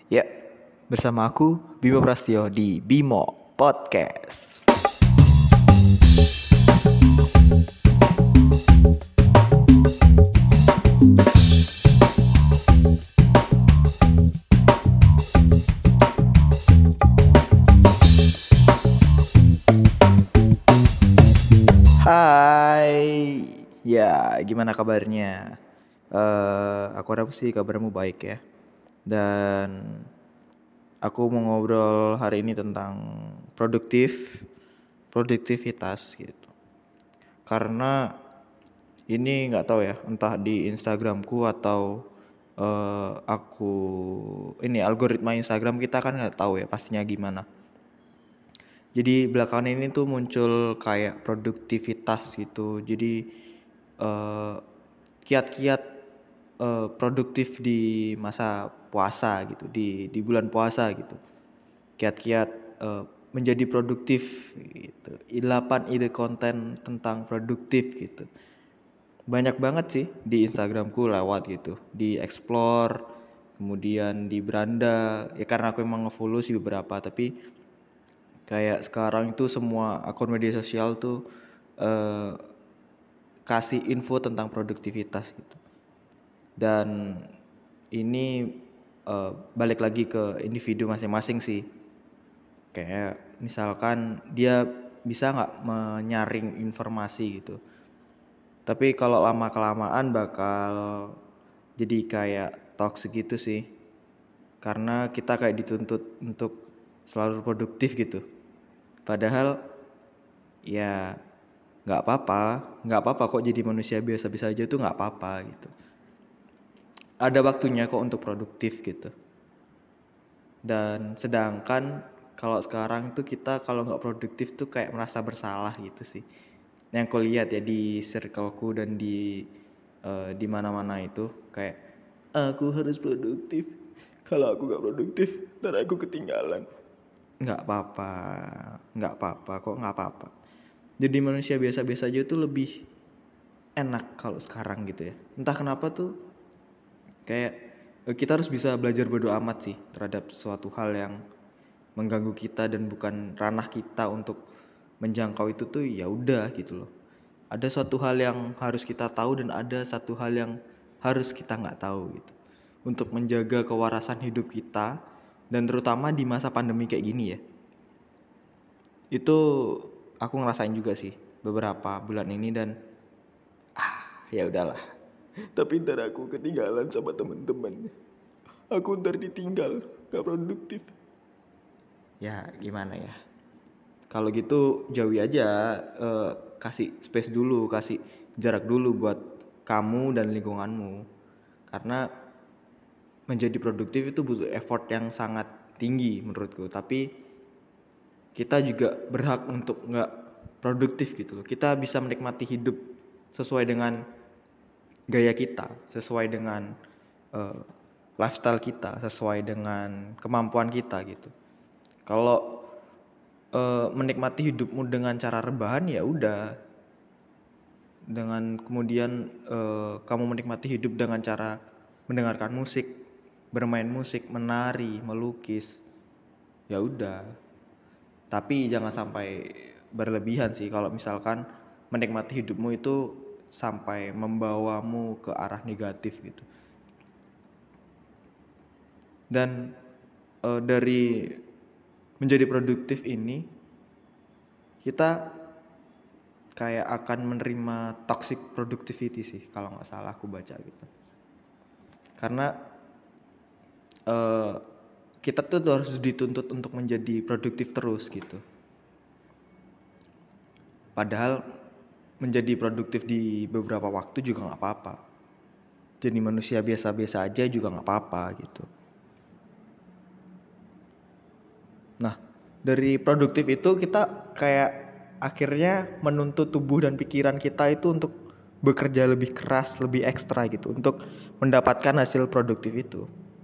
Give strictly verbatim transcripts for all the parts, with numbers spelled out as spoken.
Ya, bersama aku Bimo Prastio di Bimo Podcast. Hai, ya gimana kabarnya? Eh, aku harap sih kabarmu baik ya. Dan aku mau ngobrol hari ini tentang produktif, produktivitas gitu. Karena ini nggak tahu ya, entah di Instagramku atau eh, aku ini algoritma Instagram kita kan nggak tahu ya pastinya gimana. Jadi belakangan ini tuh muncul kayak produktivitas gitu. Jadi eh, kiat-kiat eh, produktif di masa puasa gitu, di di bulan puasa gitu. Kiat-kiat eh, menjadi produktif gitu. delapan ide konten tentang produktif gitu. Banyak banget sih di Instagramku lewat gitu, di explore, kemudian di beranda. Ya karena aku emang nge-follow sih beberapa, tapi kayak sekarang itu semua akun media sosial tuh eh, kasih info tentang produktivitas gitu. Dan ini eh, balik lagi ke individu masing-masing sih. Kayak misalkan dia bisa nggak menyaring informasi gitu. Tapi kalau lama kelamaan bakal jadi kayak toxic gitu sih. Karena kita kayak dituntut untuk selalu produktif gitu. Padahal ya nggak apa-apa, nggak apa-apa kok jadi manusia biasa-biasa aja tuh nggak apa-apa gitu. Ada waktunya kok untuk produktif gitu. Dan sedangkan kalau sekarang tuh kita kalau nggak produktif tuh kayak merasa bersalah gitu sih. Yang aku lihat ya di circleku dan di uh, di mana-mana itu kayak aku harus produktif. Kalau aku nggak produktif, ntar aku ketinggalan. Nggak apa-apa, nggak apa-apa kok nggak apa-apa. Jadi manusia biasa-biasa aja tuh lebih enak kalau sekarang gitu ya. Entah kenapa tuh kayak eh, kita harus bisa belajar bodo amat sih terhadap suatu hal yang mengganggu kita dan bukan ranah kita untuk menjangkau itu tuh ya udah gitu loh. Ada suatu hal yang harus kita tahu dan ada satu hal yang harus kita nggak tahu gitu. Untuk menjaga kewarasan hidup kita dan terutama di masa pandemi kayak gini ya. Itu aku ngerasain juga sih beberapa bulan ini dan ya udahlah. Tapi ntar aku ketinggalan sama temen-temen. Aku ntar ditinggal, gak produktif. Ya gimana ya? Kalau gitu jauhi aja, eh, kasih space dulu, kasih jarak dulu buat kamu dan lingkunganmu. Karena menjadi produktif itu butuh effort yang sangat tinggi menurutku. Tapi kita juga berhak untuk nggak produktif gitu loh. Kita bisa menikmati hidup sesuai dengan gaya kita, sesuai dengan uh, lifestyle kita, sesuai dengan kemampuan kita gitu. Kalau uh, menikmati hidupmu dengan cara rebahan ya udah, dengan kemudian uh, kamu menikmati hidup dengan cara mendengarkan musik, bermain musik, menari, melukis, ya udah. Tapi jangan sampai berlebihan sih kalau misalkan menikmati hidupmu itu sampai membawamu ke arah negatif gitu. Dan e, dari menjadi produktif ini kita kayak akan menerima toxic productivity sih kalau nggak salah aku baca gitu. Karena e, kita tuh harus dituntut untuk menjadi produktif terus gitu. Padahal menjadi produktif di beberapa waktu juga gak apa-apa. Jadi manusia biasa-biasa aja juga gak apa-apa gitu. Nah, dari produktif itu kita kayak akhirnya menuntut tubuh dan pikiran kita itu untuk bekerja lebih keras, lebih ekstra gitu untuk mendapatkan hasil produktif itu.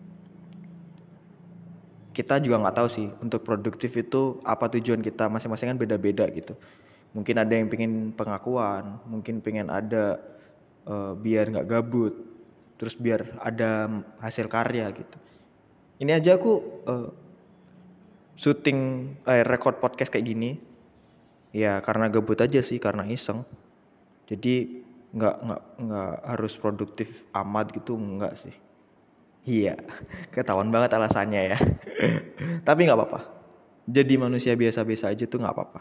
Kita juga nggak tahu sih untuk produktif itu apa tujuan kita masing-masing kan beda-beda gitu. Mungkin ada yang pengen pengakuan, mungkin pengen ada uh, biar nggak gabut, terus biar ada hasil karya gitu. Ini aja aku uh, syuting eh record podcast kayak gini ya karena gabut aja sih, karena iseng. Jadi nggak nggak nggak harus produktif amat gitu, nggak sih. Iya, ketahuan banget alasannya ya. Tapi nggak apa-apa. Jadi manusia biasa-biasa aja tuh nggak apa-apa.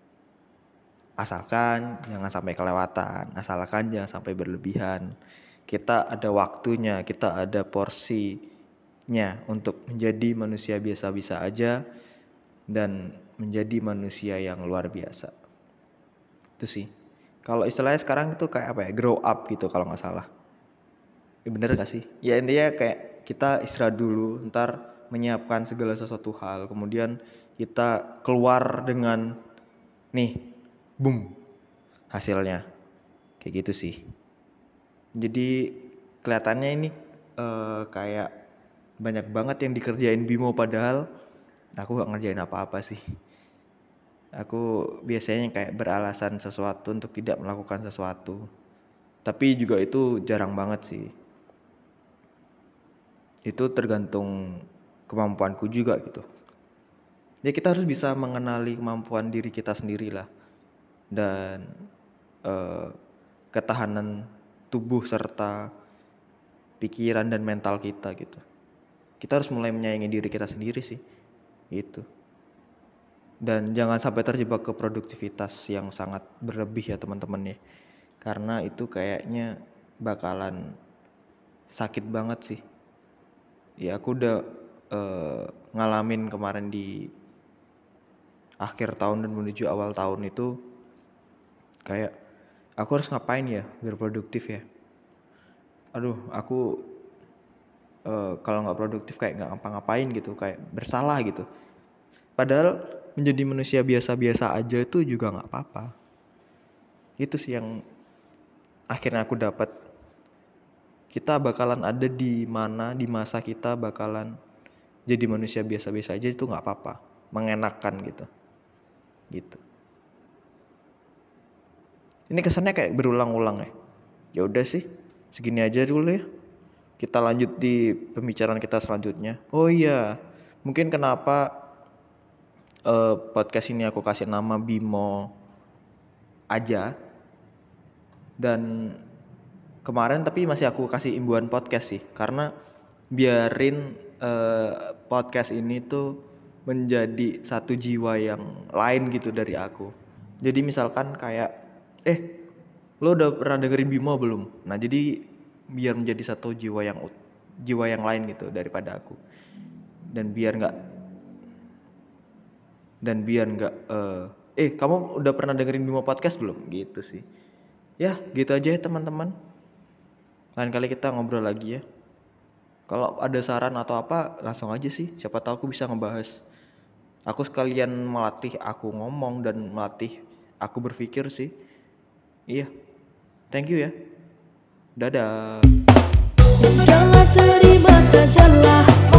Asalkan jangan sampai kelewatan, asalkan jangan sampai berlebihan. Kita ada waktunya, kita ada porsinya untuk menjadi manusia biasa-biasa aja dan menjadi manusia yang luar biasa. Itu sih. Kalau istilahnya sekarang itu kayak apa ya, grow up gitu kalau nggak salah. Ya bener gak sih? Ya intinya kayak kita istirahat dulu, ntar menyiapkan segala sesuatu hal, kemudian kita keluar dengan nih, boom, hasilnya. Kayak gitu sih. Jadi kelihatannya ini uh, kayak banyak banget yang dikerjain Bimo, padahal aku gak ngerjain apa-apa sih. Aku biasanya kayak beralasan sesuatu untuk tidak melakukan sesuatu. Tapi juga itu jarang banget sih. Itu tergantung kemampuanku juga gitu. Ya kita harus bisa mengenali kemampuan diri kita sendiri lah. Dan uh, ketahanan tubuh serta pikiran dan mental kita gitu. Kita harus mulai menyayangi diri kita sendiri sih. Itu. Dan jangan sampai terjebak ke produktivitas yang sangat berlebih ya teman-teman ya. Karena itu kayaknya bakalan sakit banget sih. Ya aku udah uh, ngalamin kemarin di akhir tahun dan menuju awal tahun itu kayak aku harus ngapain ya biar produktif ya. Aduh aku uh, kalau nggak produktif kayak nggak ngapa-ngapain gitu, kayak bersalah gitu. Padahal menjadi manusia biasa-biasa aja itu juga nggak apa-apa. Itu sih yang akhirnya aku dapat. Kita bakalan ada di mana, di masa kita bakalan jadi manusia biasa-biasa aja itu nggak apa-apa, mengenakan gitu, gitu. Ini kesannya kayak berulang-ulang ya. Ya udah sih, segini aja dulu ya. Kita lanjut di pembicaraan kita selanjutnya. Oh iya, mungkin kenapa uh, podcast ini aku kasih nama Bimo aja. Dan kemarin tapi masih aku kasih imbuhan podcast sih, karena biarin uh, podcast ini tuh menjadi satu jiwa yang lain gitu dari aku. Jadi misalkan kayak eh lo udah pernah dengerin Bimo belum? Nah jadi biar menjadi satu jiwa yang jiwa yang lain gitu daripada aku. Dan biar nggak dan biar nggak uh, eh kamu udah pernah dengerin Bimo podcast belum? Gitu sih. Ya gitu aja ya teman-teman. Lain kali kita ngobrol lagi ya. Kalau ada saran atau apa langsung aja sih. Siapa tahu aku bisa ngebahas. Aku sekalian melatih aku ngomong dan melatih aku berpikir sih. Iya. Thank you ya. Dadah. Sudahlah terima sajalah.